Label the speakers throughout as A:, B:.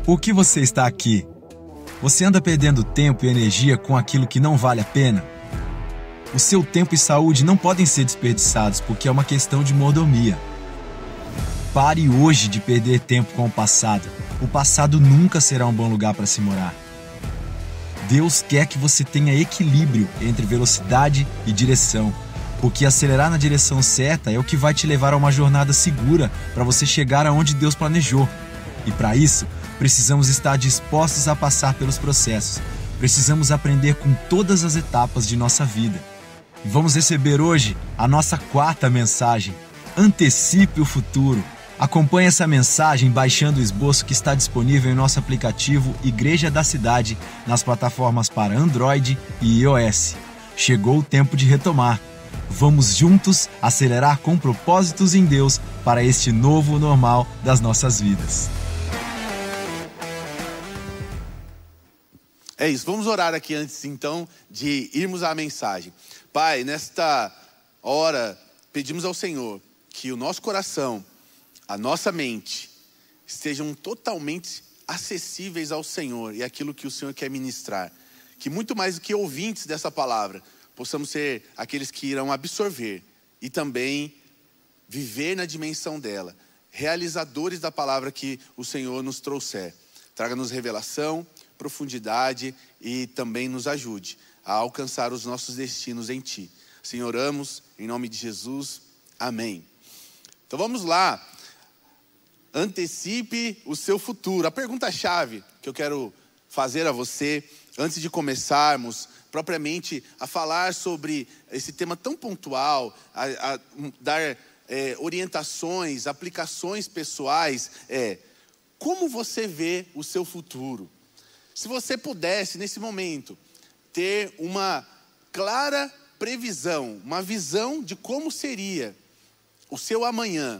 A: Por que você está aqui? Você anda perdendo tempo e energia com aquilo que não vale a pena? O seu tempo e saúde não podem ser desperdiçados porque é uma questão de mordomia. Pare hoje de perder tempo com o passado. O passado nunca será um bom lugar para se morar. Deus quer que você tenha equilíbrio entre velocidade e direção, porque acelerar na direção certa é o que vai te levar a uma jornada segura para você chegar aonde Deus planejou. E para isso, precisamos estar dispostos a passar pelos processos. Precisamos aprender com todas as etapas de nossa vida. E vamos receber hoje a nossa quarta mensagem: Antecipe o futuro. Acompanhe essa mensagem baixando o esboço que está disponível em nosso aplicativo Igreja da Cidade nas plataformas para Android e iOS. Chegou o tempo de retomar. Vamos juntos acelerar com propósitos em Deus para este novo normal das nossas vidas.
B: É isso, vamos orar aqui antes então de irmos à mensagem. Pai, nesta hora pedimos ao Senhor que o nosso coração, a nossa mente estejam totalmente acessíveis ao Senhor e aquilo que o Senhor quer ministrar. Que muito mais do que ouvintes dessa palavra, possamos ser aqueles que irão absorver e também viver na dimensão dela, realizadores da palavra que o Senhor nos trouxer. Traga-nos revelação, profundidade e também nos ajude a alcançar os nossos destinos em Ti. Senhor, oramos em nome de Jesus. Amém. Então vamos lá. Antecipe o seu futuro. A pergunta-chave que eu quero fazer a você, antes de começarmos propriamente a falar sobre esse tema tão pontual, a dar orientações, aplicações pessoais, como você vê o seu futuro? Se você pudesse, nesse momento, ter uma clara previsão, uma visão de como seria o seu amanhã,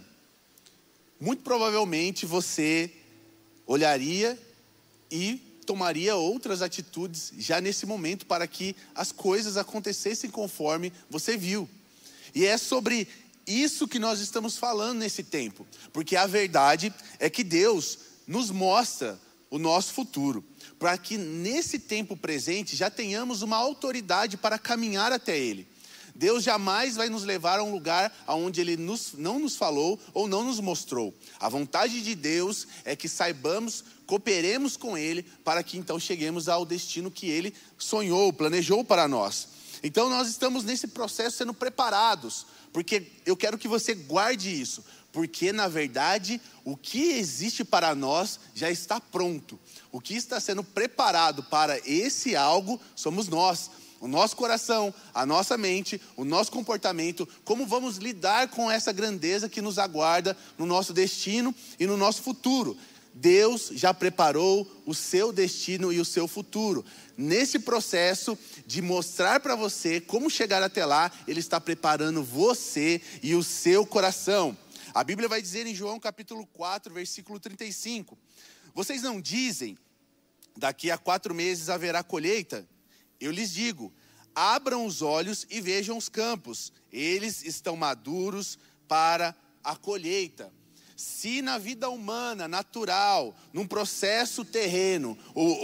B: muito provavelmente você olharia e tomaria outras atitudes já nesse momento para que as coisas acontecessem conforme você viu. E é sobre isso que nós estamos falando nesse tempo, porque a verdade é que Deus nos mostra o nosso futuro, para que nesse tempo presente já tenhamos uma autoridade para caminhar até Ele. Deus jamais vai nos levar a um lugar onde Ele não nos falou ou não nos mostrou. A vontade de Deus é que saibamos, cooperemos com Ele, para que então cheguemos ao destino que Ele sonhou, planejou para nós. Então nós estamos nesse processo sendo preparados, porque eu quero que você guarde isso, porque na verdade o que existe para nós já está pronto. O que está sendo preparado para esse algo somos nós. O nosso coração, a nossa mente, o nosso comportamento, como vamos lidar com essa grandeza que nos aguarda no nosso destino e no nosso futuro. Deus já preparou o seu destino e o seu futuro. Nesse processo de mostrar para você como chegar até lá, Ele está preparando você e o seu coração. A Bíblia vai dizer em João capítulo 4, versículo 35. Vocês não dizem, daqui a 4 meses haverá colheita? Eu lhes digo, abram os olhos e vejam os campos. Eles estão maduros para a colheita. Se na vida humana, natural, num processo terreno,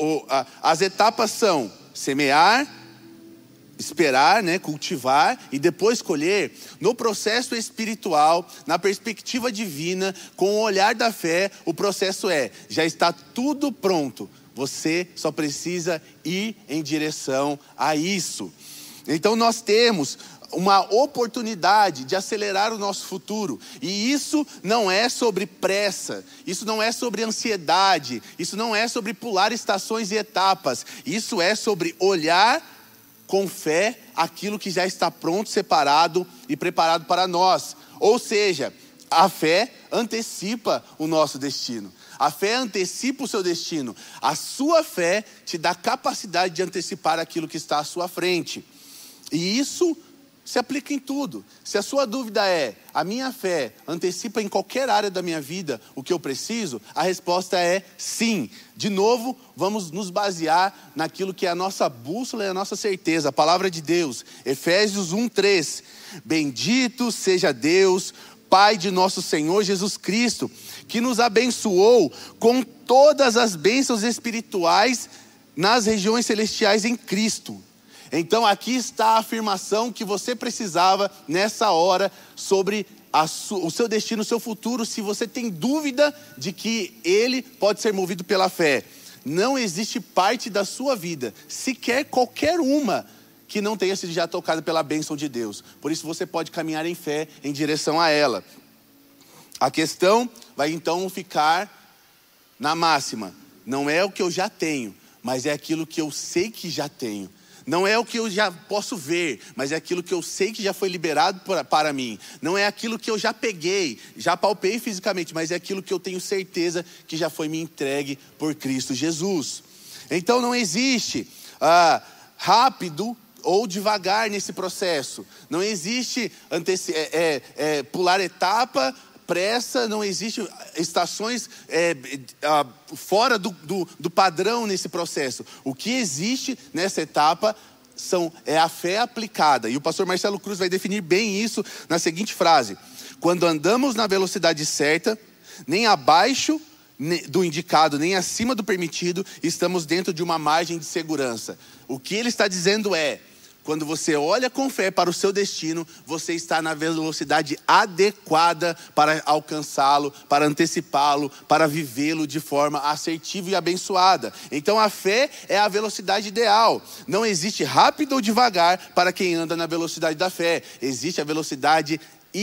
B: as etapas são semear, esperar, cultivar e depois colher, no processo espiritual, na perspectiva divina, com o olhar da fé, o processo já está tudo pronto. Você só precisa ir em direção a isso. Então nós temos uma oportunidade de acelerar o nosso futuro. E isso não é sobre pressa, isso não é sobre ansiedade, isso não é sobre pular estações e etapas. Isso é sobre olhar com fé aquilo que já está pronto, separado e preparado para nós. Ou seja, a fé antecipa o nosso destino. A fé antecipa o seu destino. A sua fé te dá capacidade de antecipar aquilo que está à sua frente. E isso se aplica em tudo. Se a sua dúvida a minha fé antecipa em qualquer área da minha vida o que eu preciso? A resposta é sim. De novo, vamos nos basear naquilo que é a nossa bússola e a nossa certeza. A palavra de Deus, Efésios 1:3. Bendito seja Deus, Pai de nosso Senhor Jesus Cristo, que nos abençoou com todas as bênçãos espirituais nas regiões celestiais em Cristo. Então aqui está a afirmação que você precisava nessa hora sobre o seu destino, o seu futuro, se você tem dúvida de que ele pode ser movido pela fé. Não existe parte da sua vida, sequer qualquer uma, que não tenha sido já tocada pela bênção de Deus. Por isso você pode caminhar em fé em direção a ela. A questão vai então ficar na máxima: não é o que eu já tenho, mas é aquilo que eu sei que já tenho. Não é o que eu já posso ver, mas é aquilo que eu sei que já foi liberado para mim. Não é aquilo que eu já peguei, já palpei fisicamente, mas é aquilo que eu tenho certeza que já foi me entregue por Cristo Jesus. Então não existe rápido ou devagar nesse processo. Não existe pular etapa, pressa, não existe estações fora do padrão nesse processo. O que existe nessa etapa é a fé aplicada. E o pastor Marcelo Cruz vai definir bem isso na seguinte frase: quando andamos na velocidade certa, nem abaixo do indicado, nem acima do permitido, estamos dentro de uma margem de segurança. O que ele está dizendo é: quando você olha com fé para o seu destino, você está na velocidade adequada para alcançá-lo, para antecipá-lo, para vivê-lo de forma assertiva e abençoada. Então a fé é a velocidade ideal. Não existe rápido ou devagar para quem anda na velocidade da fé. Existe a velocidade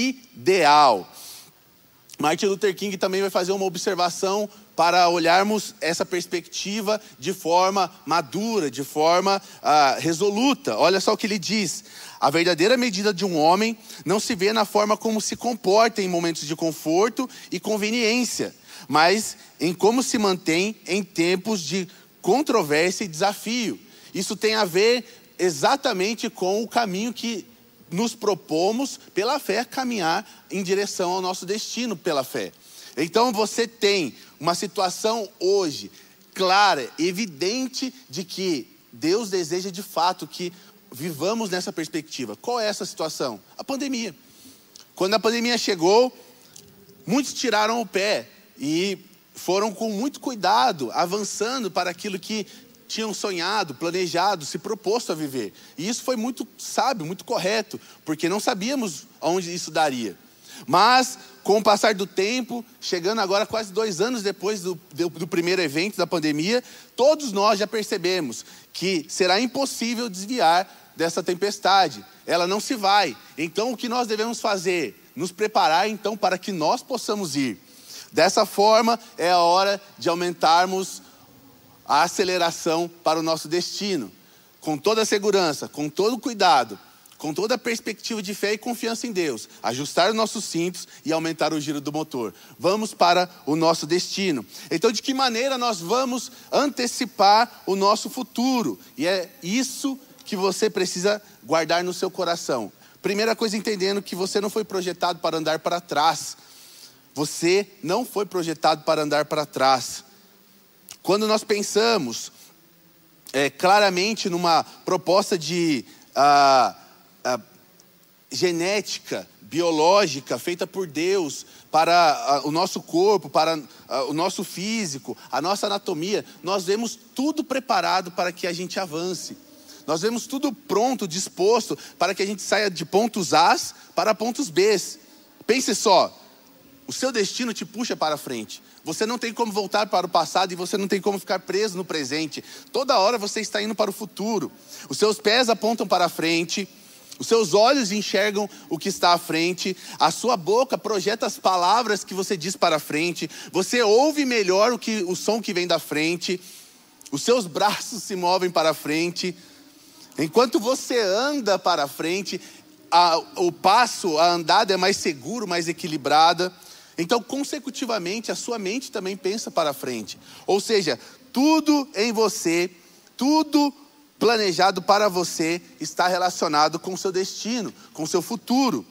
B: ideal. Martin Luther King também vai fazer uma observação para olharmos essa perspectiva de forma madura, de forma resoluta. Olha só o que ele diz: a verdadeira medida de um homem não se vê na forma como se comporta em momentos de conforto e conveniência, mas em como se mantém em tempos de controvérsia e desafio. Isso tem a ver exatamente com o caminho que nos propomos pela fé caminhar em direção ao nosso destino pela fé. Então você tem uma situação hoje clara, evidente, de que Deus deseja de fato que vivamos nessa perspectiva. Qual é essa situação? A pandemia. Quando a pandemia chegou, muitos tiraram o pé e foram com muito cuidado, avançando para aquilo que tinham sonhado, planejado, se proposto a viver. E isso foi muito sábio, muito correto, porque não sabíamos aonde isso daria. Mas, com o passar do tempo, chegando agora quase 2 anos depois do primeiro evento da pandemia, todos nós já percebemos que será impossível desviar dessa tempestade. Ela não se vai. Então, o que nós devemos fazer? Nos preparar, então, para que nós possamos ir. Dessa forma, é a hora de aumentarmos a aceleração para o nosso destino. Com toda a segurança, com todo o cuidado, com toda a perspectiva de fé e confiança em Deus, ajustar os nossos cintos e aumentar o giro do motor. Vamos para o nosso destino. Então, de que maneira nós vamos antecipar o nosso futuro? E é isso que você precisa guardar no seu coração. Primeira coisa, entendendo que você não foi projetado para andar para trás. Você não foi projetado para andar para trás. Quando nós pensamos claramente numa proposta de genética, biológica, feita por Deus para o nosso corpo, para o nosso físico, a nossa anatomia, nós vemos tudo preparado para que a gente avance. Nós vemos tudo pronto, disposto para que a gente saia de pontos A para pontos B. Pense só, o seu destino te puxa para frente. Você não tem como voltar para o passado e você não tem como ficar preso no presente. Toda hora você está indo para o futuro. Os seus pés apontam para a frente. Os seus olhos enxergam o que está à frente. A sua boca projeta as palavras que você diz para a frente. Você ouve melhor o som que vem da frente. Os seus braços se movem para a frente. Enquanto você anda para a frente, a andada é mais seguro, mais equilibrada. Então, consecutivamente, a sua mente também pensa para a frente. Ou seja, tudo em você, tudo planejado para você está relacionado com o seu destino, com o seu futuro.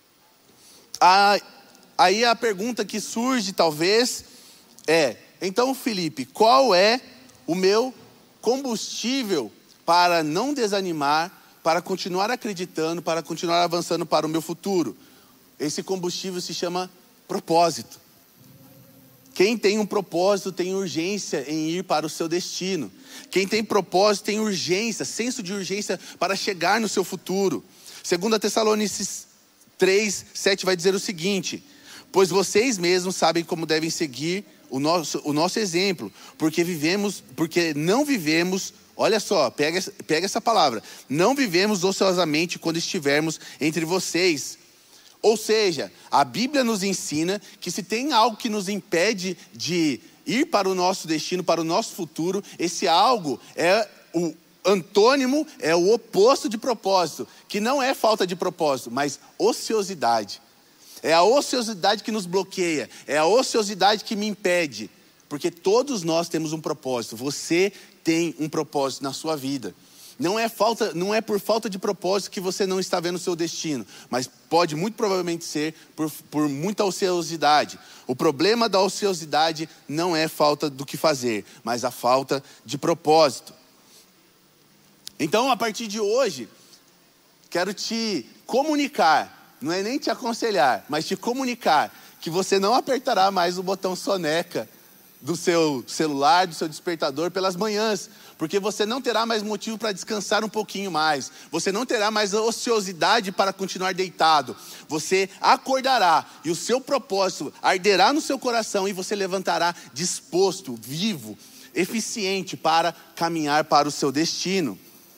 B: Aí a pergunta que surge talvez é: então, Felipe, qual é o meu combustível para não desanimar, para continuar acreditando, para continuar avançando para o meu futuro? Esse combustível se chama propósito. Quem tem um propósito tem urgência em ir para o seu destino. Quem tem propósito tem urgência, senso de urgência para chegar no seu futuro. 2 Tessalonicenses 3:7 vai dizer o seguinte: pois vocês mesmos sabem como devem seguir o nosso exemplo, porque não vivemos, olha só, pega essa palavra, não vivemos ociosamente quando estivermos entre vocês. Ou seja, a Bíblia nos ensina que se tem algo que nos impede de ir para o nosso destino, para o nosso futuro, esse algo é o antônimo, é o oposto de propósito, que não é falta de propósito, mas ociosidade. É a ociosidade que nos bloqueia, é a ociosidade que me impede, porque todos nós temos um propósito. Você tem um propósito na sua vida. Não é por falta de propósito que você não está vendo o seu destino, mas pode muito provavelmente ser por muita ociosidade. O problema da ociosidade não é falta do que fazer, mas a falta de propósito. Então, a partir de hoje, quero te comunicar, não é nem te aconselhar, mas te comunicar que você não apertará mais o botão soneca do seu celular, do seu despertador pelas manhãs, porque você não terá mais motivo para descansar um pouquinho mais, você não terá mais ociosidade para continuar deitado, você acordará e o seu propósito arderá no seu coração e você levantará disposto, vivo, eficiente para caminhar para o seu destino.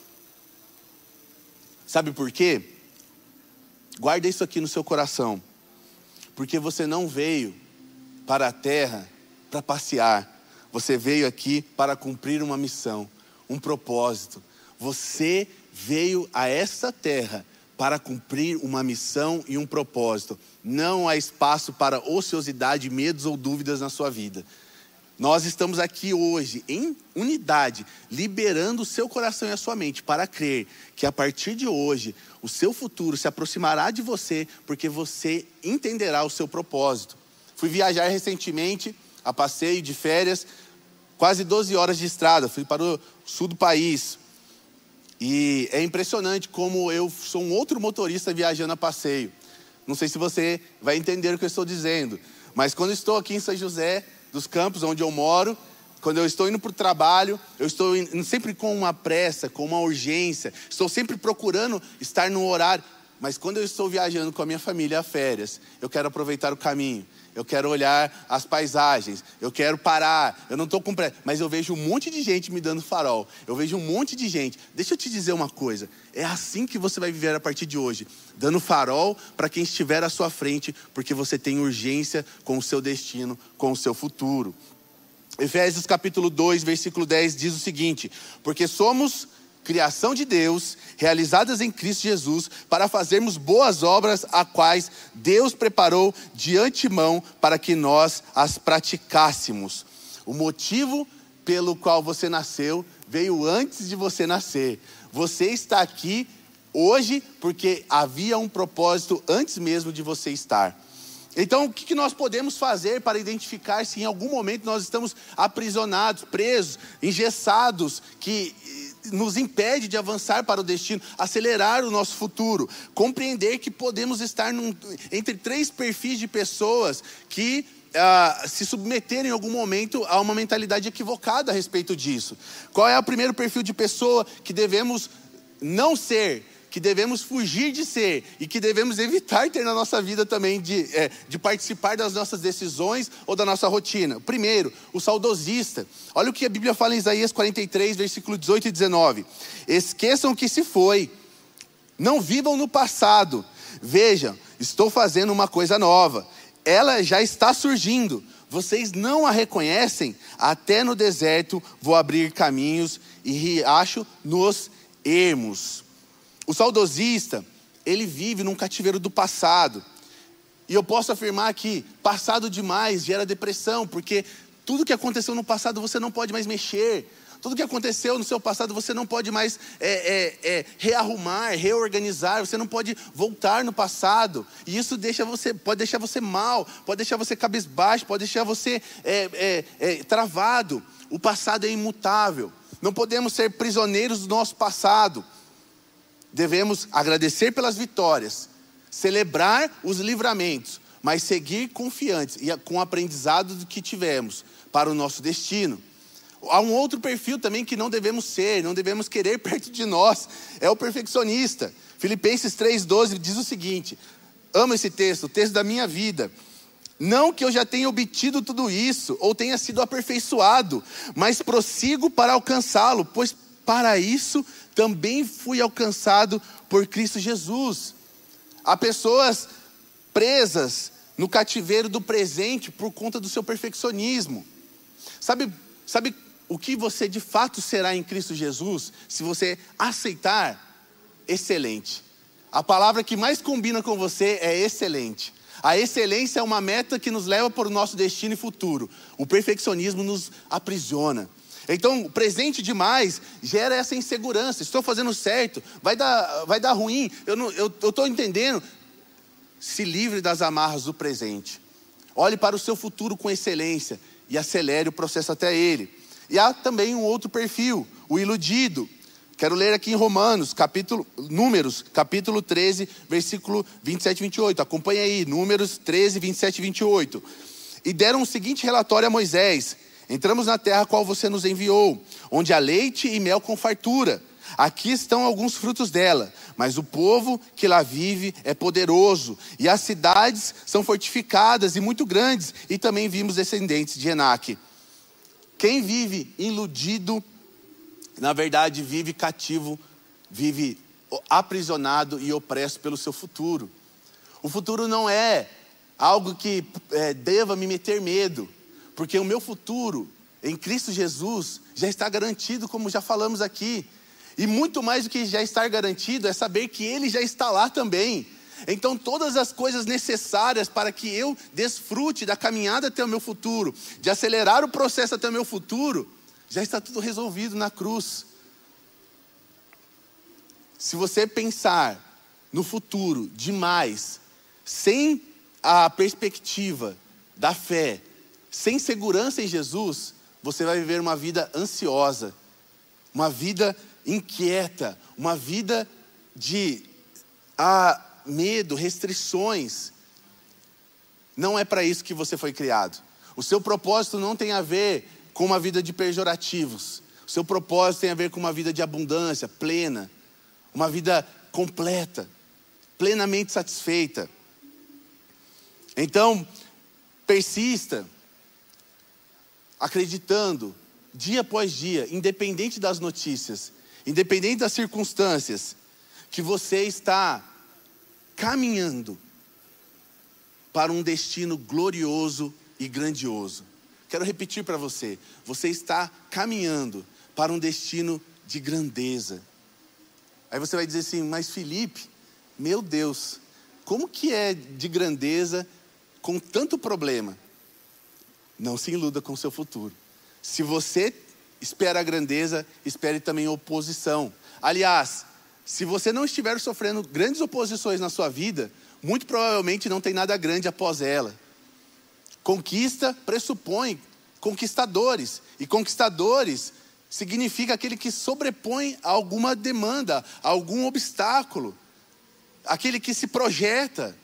B: Sabe por quê? Guarda isso aqui no seu coração, porque você não veio para a terra para passear, você veio aqui para cumprir uma missão, um propósito. Você veio a essa terra para cumprir uma missão e um propósito. Não há espaço para ociosidade, medos ou dúvidas na sua vida. Nós estamos aqui hoje em unidade, liberando o seu coração e a sua mente para crer que a partir de hoje o seu futuro se aproximará de você, porque você entenderá o seu propósito. Fui viajar recentemente, a passeio de férias, quase 12 horas de estrada, fui para o sul do país. E é impressionante como eu sou um outro motorista viajando a passeio. Não sei se você vai entender o que eu estou dizendo, mas quando estou aqui em São José dos Campos, onde eu moro, quando eu estou indo para o trabalho, eu estou indo sempre com uma pressa, com uma urgência, estou sempre procurando estar no horário. Mas quando eu estou viajando com a minha família a férias, eu quero aproveitar o caminho. Eu quero olhar as paisagens, eu quero parar, eu não estou com pressa, mas eu vejo um monte de gente me dando farol, eu vejo um monte de gente. Deixa eu te dizer uma coisa, é assim que você vai viver a partir de hoje, dando farol para quem estiver à sua frente, porque você tem urgência com o seu destino, com o seu futuro. Efésios capítulo 2, versículo 10 diz o seguinte: porque somos criação de Deus, realizadas em Cristo Jesus, para fazermos boas obras, a quais Deus preparou de antemão para que nós as praticássemos. O motivo pelo qual você nasceu veio antes de você nascer. Você está aqui hoje porque havia um propósito antes mesmo de você estar. Então, o que nós podemos fazer para identificar se em algum momento nós estamos aprisionados, presos, engessados, que nos impede de avançar para o destino, acelerar o nosso futuro, compreender que podemos estar entre 3 perfis de pessoas que se submeterem em algum momento a uma mentalidade equivocada a respeito disso. Qual é o primeiro perfil de pessoa que devemos não ser, que devemos fugir de ser e que devemos evitar ter na nossa vida também de participar das nossas decisões ou da nossa rotina? Primeiro, o saudosista. Olha o que a Bíblia fala em Isaías 43, versículo 18 e 19. Esqueçam o que se foi, não vivam no passado. Vejam, estou fazendo uma coisa nova, ela já está surgindo. Vocês não a reconhecem? Até no deserto vou abrir caminhos e riacho nos ermos. O saudosista, ele vive num cativeiro do passado. E eu posso afirmar que passado demais gera depressão, porque tudo que aconteceu no passado você não pode mais mexer. Tudo que aconteceu no seu passado você não pode mais rearrumar, reorganizar. Você não pode voltar no passado. E isso pode deixar você mal, pode deixar você cabisbaixo, pode deixar você travado. O passado é imutável. Não podemos ser prisioneiros do nosso passado. Devemos agradecer pelas vitórias, celebrar os livramentos, mas seguir confiantes e com o aprendizado do que tivemos para o nosso destino. Há um outro perfil também que não devemos ser, não devemos querer perto de nós, é o perfeccionista. Filipenses 3,12 diz o seguinte, amo esse texto, o texto da minha vida. Não que eu já tenha obtido tudo isso, ou tenha sido aperfeiçoado, mas prossigo para alcançá-lo, pois para isso também fui alcançado por Cristo Jesus. Há pessoas presas no cativeiro do presente por conta do seu perfeccionismo. Sabe o que você de fato será em Cristo Jesus? Se você aceitar, excelente. A palavra que mais combina com você é excelente. A excelência é uma meta que nos leva para o nosso destino e futuro. O perfeccionismo nos aprisiona. Então, presente demais gera essa insegurança. Estou fazendo certo, vai dar ruim, eu estou entendendo. Se livre das amarras do presente. Olhe para o seu futuro com excelência e acelere o processo até ele. E há também um outro perfil, o iludido. Quero ler aqui em Números, capítulo 13, versículo 27 e 28. Acompanhe aí, Números 13, 27 e 28. E deram o seguinte relatório a Moisés: entramos na terra a qual você nos enviou, onde há leite e mel com fartura. Aqui estão alguns frutos dela, mas o povo que lá vive é poderoso, e as cidades são fortificadas e muito grandes, e também vimos descendentes de Enaque. Quem vive iludido, na verdade vive cativo, vive aprisionado e opresso pelo seu futuro. O futuro não é algo que deva me meter medo, porque o meu futuro em Cristo Jesus já está garantido, como já falamos aqui. E muito mais do que já estar garantido é saber que Ele já está lá também. Então todas as coisas necessárias para que eu desfrute da caminhada até o meu futuro, de acelerar o processo até o meu futuro, já está tudo resolvido na cruz. Se você pensar no futuro demais, sem a perspectiva da fé, sem segurança em Jesus, você vai viver uma vida ansiosa, uma vida inquieta, uma vida de medo, restrições. Não é para isso que você foi criado. O seu propósito não tem a ver com uma vida de pejorativos. O seu propósito tem a ver com uma vida de abundância, plena. Uma vida completa, plenamente satisfeita. Então, persista, acreditando, dia após dia, independente das notícias, independente das circunstâncias, que você está caminhando para um destino glorioso e grandioso. Quero repetir para você, você está caminhando para um destino de grandeza. Aí você vai dizer assim, mas Felipe, meu Deus, como que é de grandeza com tanto problema? Não se iluda com o seu futuro. Se você espera a grandeza, espere também oposição. Aliás, se você não estiver sofrendo grandes oposições na sua vida, muito provavelmente não tem nada grande após ela. Conquista pressupõe conquistadores. E conquistadores significa aquele que sobrepõe a alguma demanda, a algum obstáculo. Aquele que se projeta.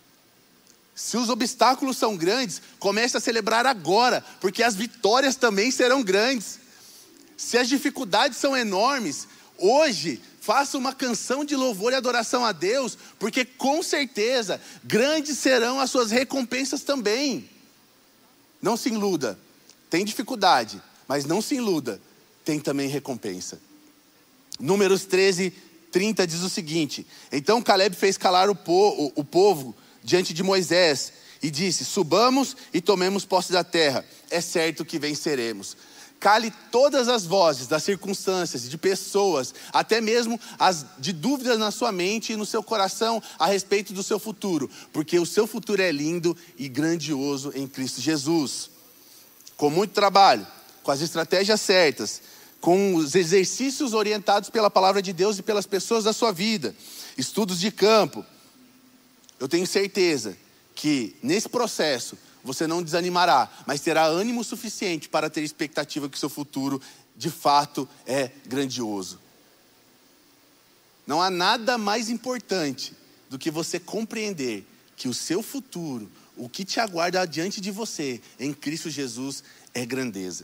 B: Se os obstáculos são grandes, comece a celebrar agora, porque as vitórias também serão grandes. Se as dificuldades são enormes, hoje faça uma canção de louvor e adoração a Deus, porque com certeza grandes serão as suas recompensas também. Não se iluda, tem dificuldade, mas não se iluda, tem também recompensa. Números 13, 30 diz o seguinte: então Caleb fez calar o povo diante de Moisés e disse: subamos e tomemos posse da terra, é certo que venceremos. Cale todas as vozes das circunstâncias, de pessoas, até mesmo as de dúvidas na sua mente e no seu coração a respeito do seu futuro, porque o seu futuro é lindo e grandioso em Cristo Jesus. Com muito trabalho, com as estratégias certas, com os exercícios orientados pela palavra de Deus e pelas pessoas da sua vida, estudos de campo, eu tenho certeza que nesse processo você não desanimará, mas terá ânimo suficiente para ter expectativa que seu futuro de fato é grandioso. Não há nada mais importante do que você compreender que o seu futuro, o que te aguarda diante de você, em Cristo Jesus, é grandeza.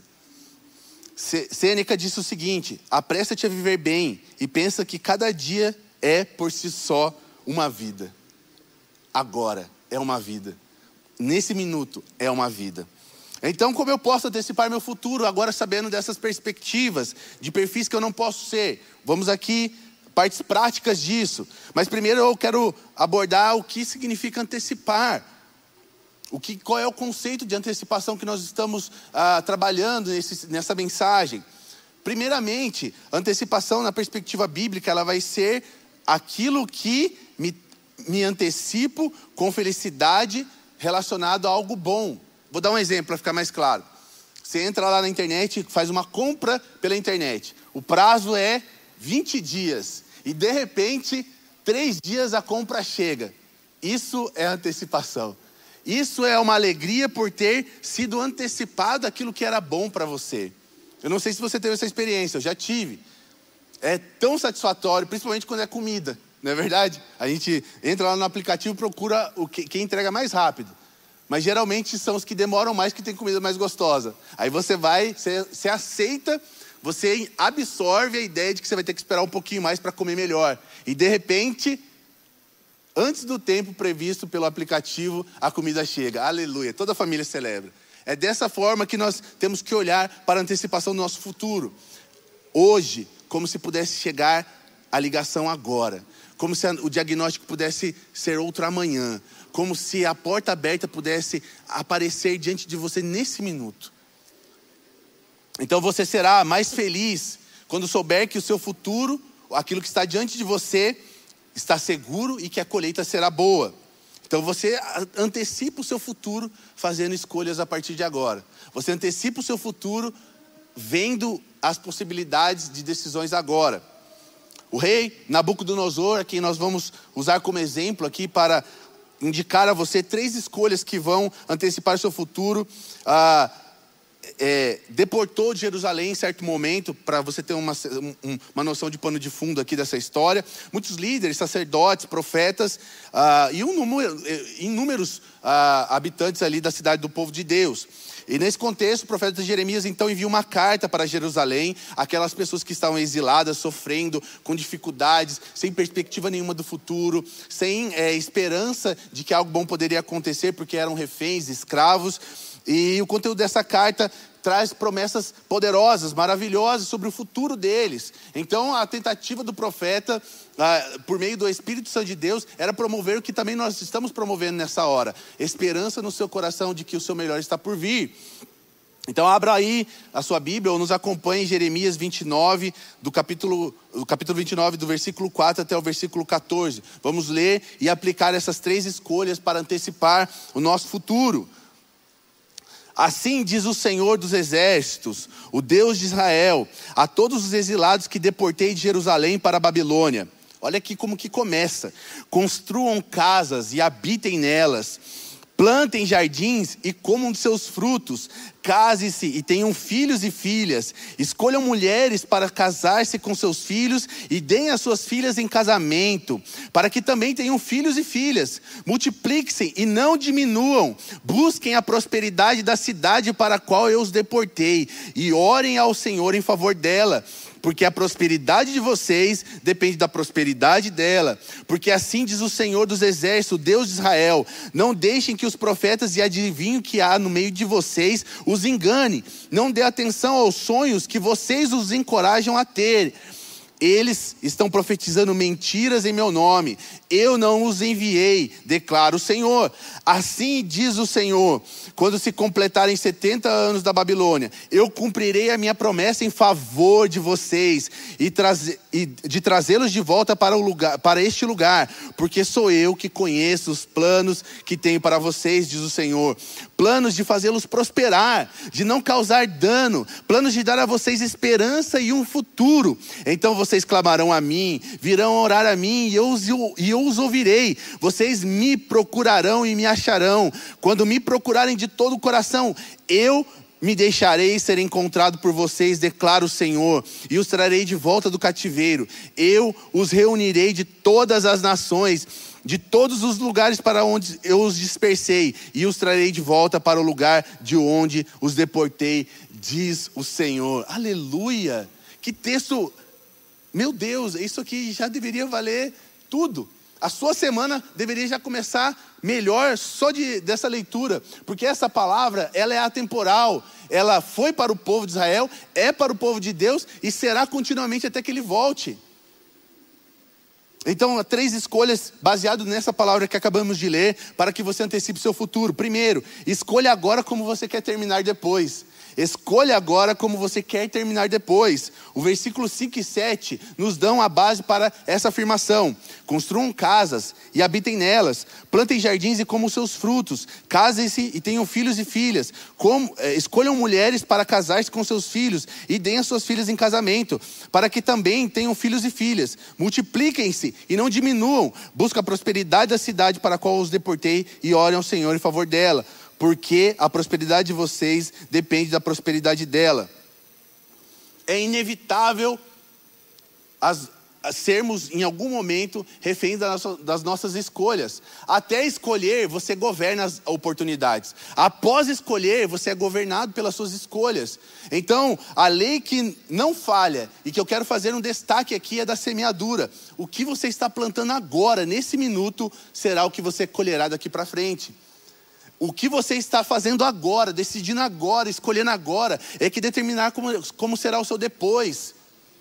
B: Sêneca disse o seguinte: apressa-te a viver bem e pensa que cada dia é por si só uma vida. Agora é uma vida. Nesse minuto é uma vida. Então, como eu posso antecipar meu futuro agora sabendo dessas perspectivas de perfis que eu não posso ser? Vamos aqui, partes práticas disso. Mas primeiro eu quero abordar o que significa antecipar. Qual é o conceito de antecipação que nós estamos trabalhando nessa mensagem? Primeiramente, antecipação na perspectiva bíblica, ela vai ser aquilo que me antecipo com felicidade relacionado a algo bom. Vou dar um exemplo para ficar mais claro. Você entra lá na internet, faz uma compra pela internet. O prazo é 20 dias. E de repente, 3 dias a compra chega. Isso é antecipação. Isso é uma alegria por ter sido antecipado aquilo que era bom para você. Eu não sei se você teve essa experiência, eu já tive. É tão satisfatório, principalmente quando é comida, não é verdade? A gente entra lá no aplicativo e procura quem entrega mais rápido. Mas geralmente são os que demoram mais, que tem comida mais gostosa. Aí você vai, você aceita, você absorve a ideia de que você vai ter que esperar um pouquinho mais para comer melhor. E de repente, antes do tempo previsto pelo aplicativo, a comida chega. Aleluia, toda a família celebra. É dessa forma que nós temos que olhar para a antecipação do nosso futuro. Hoje, como se pudesse chegar a ligação agora. Como se o diagnóstico pudesse ser outro amanhã. Como se a porta aberta pudesse aparecer diante de você nesse minuto. Então você será mais feliz quando souber que o seu futuro, aquilo que está diante de você, está seguro e que a colheita será boa. Então você antecipa o seu futuro fazendo escolhas a partir de agora. Você antecipa o seu futuro vendo as possibilidades de decisões agora. O rei Nabucodonosor, a quem nós vamos usar como exemplo aqui para indicar a você 3 escolhas que vão antecipar o seu futuro. Deportou de Jerusalém em certo momento, para você ter uma noção de pano de fundo aqui dessa história. Muitos líderes, sacerdotes, profetas e inúmeros habitantes ali da cidade do povo de Deus. E nesse contexto, o profeta Jeremias então envia uma carta para Jerusalém, aquelas pessoas que estavam exiladas, sofrendo, com dificuldades, sem perspectiva nenhuma do futuro, sem esperança de que algo bom poderia acontecer, porque eram reféns, escravos. E o conteúdo dessa carta traz promessas poderosas, maravilhosas sobre o futuro deles. Então a tentativa do profeta, por meio do Espírito Santo de Deus, era promover o que também nós estamos promovendo nessa hora. Esperança no seu coração de que o seu melhor está por vir. Então abra aí a sua Bíblia ou nos acompanhe em Jeremias 29, do capítulo 29, do versículo 4 até o versículo 14. Vamos ler e aplicar essas 3 escolhas para antecipar o nosso futuro. Assim diz o Senhor dos Exércitos, o Deus de Israel, a todos os exilados que deportei de Jerusalém para a Babilônia. Olha aqui como que começa. Construam casas e habitem nelas. Plantem jardins e comam de seus frutos. Case-se e tenham filhos e filhas. Escolham mulheres para casar-se com seus filhos e deem as suas filhas em casamento, para que também tenham filhos e filhas. Multipliquem e não diminuam. Busquem a prosperidade da cidade para a qual eu os deportei e orem ao Senhor em favor dela. Porque a prosperidade de vocês depende da prosperidade dela. Porque assim diz o Senhor dos Exércitos, o Deus de Israel: não deixem que os profetas e adivinhos que há no meio de vocês os engane. Não dê atenção aos sonhos que vocês os encorajam a ter. Eles estão profetizando mentiras em meu nome. Eu não os enviei, declara o Senhor. Assim diz o Senhor: quando se completarem 70 anos da Babilônia, eu cumprirei a minha promessa em favor de vocês e de trazê-los de volta para este lugar, porque sou eu que conheço os planos que tenho para vocês, diz o Senhor. Planos de fazê-los prosperar, de não causar dano, planos de dar a vocês esperança e um futuro. Então vocês clamarão a mim, virão orar a mim e eu os ouvirei. Vocês me procurarão e me acharão. Quando me procurarem de todo o coração, eu me deixarei ser encontrado por vocês, declara o Senhor, e os trarei de volta do cativeiro. Eu os reunirei de todas as nações, de todos os lugares para onde eu os dispersei, e os trarei de volta para o lugar de onde os deportei, diz o Senhor. Aleluia! Que texto, meu Deus, isso aqui já deveria valer tudo. A sua semana deveria já começar melhor só dessa leitura, porque essa palavra, ela é atemporal, ela foi para o povo de Israel, é para o povo de Deus e será continuamente até que ele volte. Então, há 3 escolhas baseadas nessa palavra que acabamos de ler, para que você antecipe o seu futuro. Primeiro, escolha agora como você quer terminar depois. Escolha agora como você quer terminar depois. O versículo 5 e 7 nos dão a base para essa afirmação. Construam casas e habitem nelas. Plantem jardins e comam seus frutos. Casem-se e tenham filhos e filhas. Escolham mulheres para casar-se com seus filhos e deem as suas filhas em casamento, para que também tenham filhos e filhas. Multipliquem-se e não diminuam. Busca a prosperidade da cidade para a qual os deportei e orem ao Senhor em favor dela, porque a prosperidade de vocês depende da prosperidade dela. É inevitável sermos em algum momento reféns das nossas escolhas. Até escolher, você governa as oportunidades. Após escolher, você é governado pelas suas escolhas. Então, a lei que não falha, e que eu quero fazer um destaque aqui, é da semeadura. O que você está plantando agora, nesse minuto, será o que você colherá daqui para frente. O que você está fazendo agora, decidindo agora, escolhendo agora, é que determinar como será o seu depois.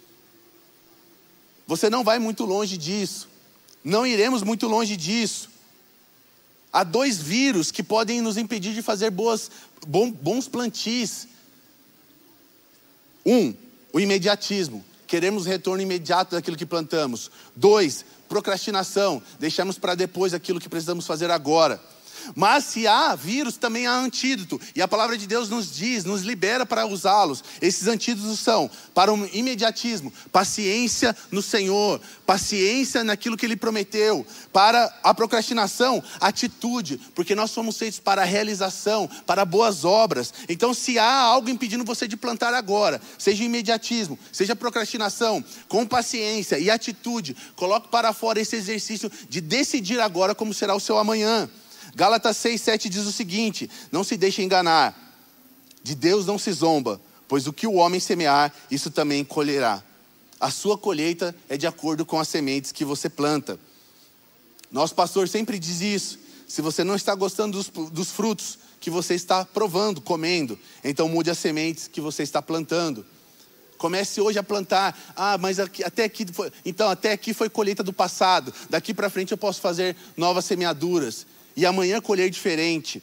B: Você não vai muito longe disso. Não iremos muito longe disso. Há 2 vírus que podem nos impedir de fazer bons plantios. 1, o imediatismo. Queremos retorno imediato daquilo que plantamos. 2, procrastinação. Deixamos para depois aquilo que precisamos fazer agora. Mas se há vírus, também há antídoto. E a palavra de Deus nos diz, nos libera para usá-los. Esses antídotos são para o imediatismo, paciência no Senhor, paciência naquilo que Ele prometeu. Para a procrastinação, atitude, porque nós somos feitos para a realização, para boas obras. Então, se há algo impedindo você de plantar agora, seja o imediatismo, seja a procrastinação, com paciência e atitude, coloque para fora esse exercício de decidir agora como será o seu amanhã. Gálatas 6:7 diz o seguinte: não se deixe enganar, de Deus não se zomba, pois o que o homem semear, isso também colherá. A sua colheita é de acordo com as sementes que você planta. Nosso pastor sempre diz isso: se você não está gostando dos frutos que você está provando, comendo, então mude as sementes que você está plantando. Comece hoje a plantar. Mas até aqui foi colheita do passado, daqui para frente eu posso fazer novas semeaduras. E amanhã colher diferente.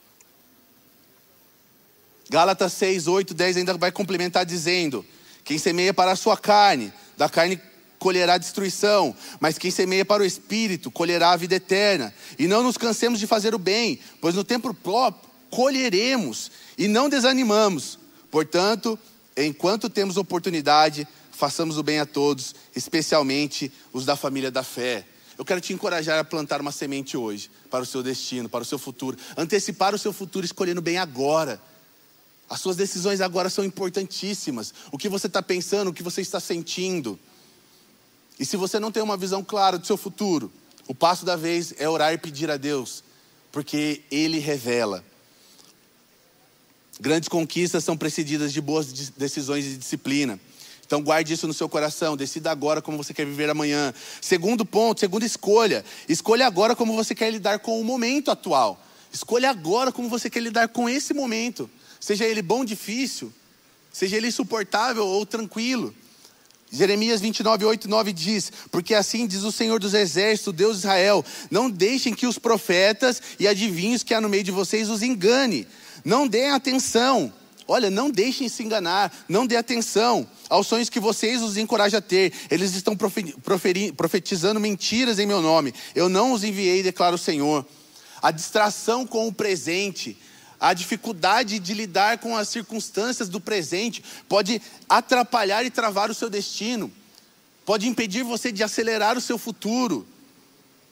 B: Gálatas 6, 8, 10 ainda vai complementar dizendo: quem semeia para a sua carne, da carne colherá destruição, mas quem semeia para o Espírito, colherá a vida eterna. E não nos cansemos de fazer o bem, pois no tempo próprio colheremos, e não desanimamos. Portanto, enquanto temos oportunidade, façamos o bem a todos, especialmente os da família da fé. Eu quero te encorajar a plantar uma semente hoje, para o seu destino, para o seu futuro. Antecipar o seu futuro escolhendo bem agora. As suas decisões agora são importantíssimas. O que você está pensando, o que você está sentindo. E se você não tem uma visão clara do seu futuro, o passo da vez é orar e pedir a Deus, porque Ele revela. Grandes conquistas são precedidas de boas decisões e disciplina. Então guarde isso no seu coração, decida agora como você quer viver amanhã. Segundo ponto, segunda escolha. Escolha agora como você quer lidar com o momento atual. Escolha agora como você quer lidar com esse momento. Seja ele bom ou difícil, seja ele insuportável ou tranquilo. Jeremias 29, 8, 9 diz: porque assim diz o Senhor dos Exércitos, Deus de Israel, não deixem que os profetas e adivinhos que há no meio de vocês os engane. Não deem atenção. Olha, não deixem se enganar, não dê atenção aos sonhos que vocês os encorajam a ter. Eles estão profetizando mentiras em meu nome. Eu não os enviei, declara o Senhor. A distração com o presente, a dificuldade de lidar com as circunstâncias do presente pode atrapalhar e travar o seu destino. Pode impedir você de acelerar o seu futuro.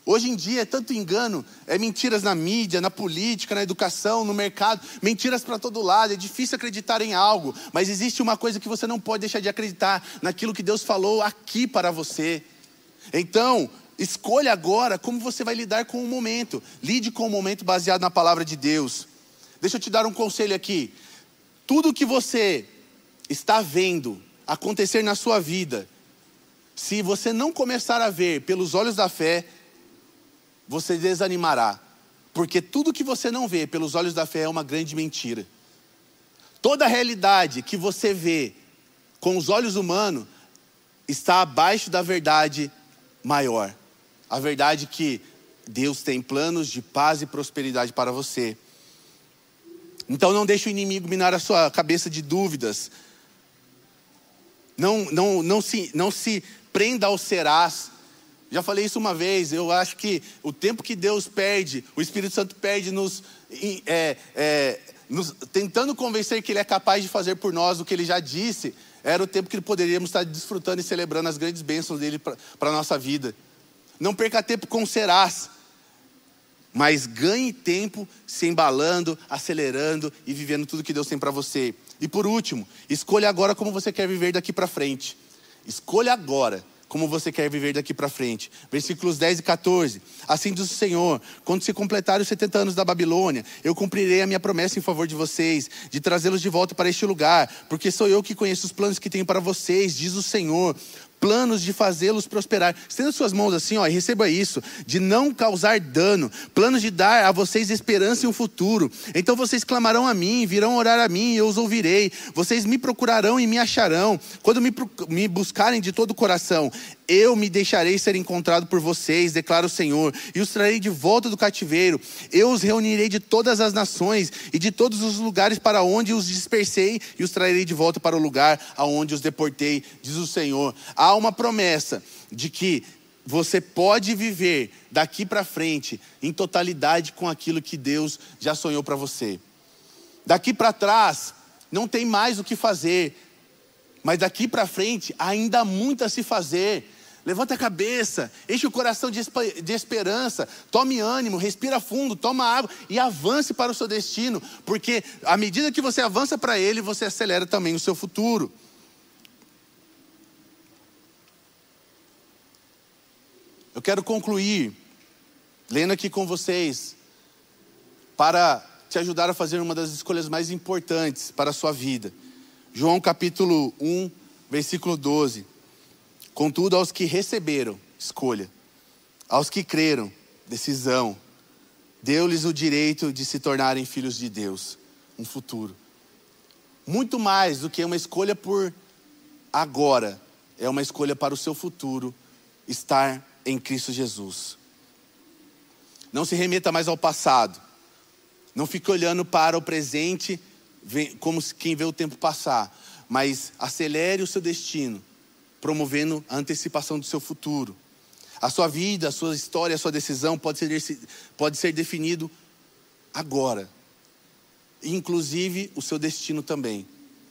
B: Hoje em dia é tanto engano, é mentiras na mídia, na política, na educação, no mercado, mentiras para todo lado, é difícil acreditar em algo, mas existe uma coisa que você não pode deixar de acreditar, naquilo que Deus falou aqui para você. Então, escolha agora como você vai lidar com o momento, lide com o momento baseado na palavra de Deus. Deixa eu te dar um conselho aqui, tudo que você está vendo acontecer na sua vida, se você não começar a ver pelos olhos da fé, você desanimará, porque tudo que você não vê pelos olhos da fé é uma grande mentira. Toda a realidade que você vê com os olhos humanos está abaixo da verdade maior, a verdade que Deus tem planos de paz e prosperidade para você. Então não deixe o inimigo minar a sua cabeça de dúvidas. Não se prenda ao serás. Já falei isso uma vez, eu acho que o tempo que Deus perde, o Espírito Santo perde nos tentando convencer que Ele é capaz de fazer por nós o que Ele já disse, era o tempo que poderíamos estar desfrutando e celebrando as grandes bênçãos dEle para a nossa vida. Não perca tempo com serás, mas ganhe tempo se embalando, acelerando e vivendo tudo que Deus tem para você. E por último, escolha agora como você quer viver daqui para frente. Escolha agora como você quer viver daqui para frente. Versículos 10 e 14. Assim diz o Senhor: quando se completarem os 70 anos da Babilônia, eu cumprirei a minha promessa em favor de vocês, de trazê-los de volta para este lugar, porque sou eu que conheço os planos que tenho para vocês, diz o Senhor. Planos de fazê-los prosperar. Estenda suas mãos assim, e receba isso. De não causar dano. Planos de dar a vocês esperança e um futuro. Então vocês clamarão a mim, virão orar a mim e eu os ouvirei. Vocês me procurarão e me acharão. Quando me buscarem de todo o coração, eu me deixarei ser encontrado por vocês, declara o Senhor, e os trarei de volta do cativeiro. Eu os reunirei de todas as nações e de todos os lugares para onde os dispersei, e os trarei de volta para o lugar aonde os deportei, diz o Senhor. Há uma promessa de que você pode viver daqui para frente em totalidade com aquilo que Deus já sonhou para você. Daqui para trás não tem mais o que fazer, mas daqui para frente ainda há muito a se fazer. Levanta a cabeça, enche o coração de esperança, tome ânimo, respira fundo, toma água e avance para o seu destino, porque à medida que você avança para ele, você acelera também o seu futuro. Eu quero concluir lendo aqui com vocês para te ajudar a fazer uma das escolhas mais importantes para a sua vida. João capítulo 1, versículo 12. Contudo, aos que receberam, escolha. Aos que creram, decisão. Deu-lhes o direito de se tornarem filhos de Deus. Um futuro. Muito mais do que uma escolha por agora, é uma escolha para o seu futuro, estar em Cristo Jesus. Não se remeta mais ao passado. Não fique olhando para o presente como quem vê o tempo passar, mas acelere o seu destino, promovendo a antecipação do seu futuro. A sua vida, a sua história, a sua decisão pode ser definido agora, inclusive o seu destino também.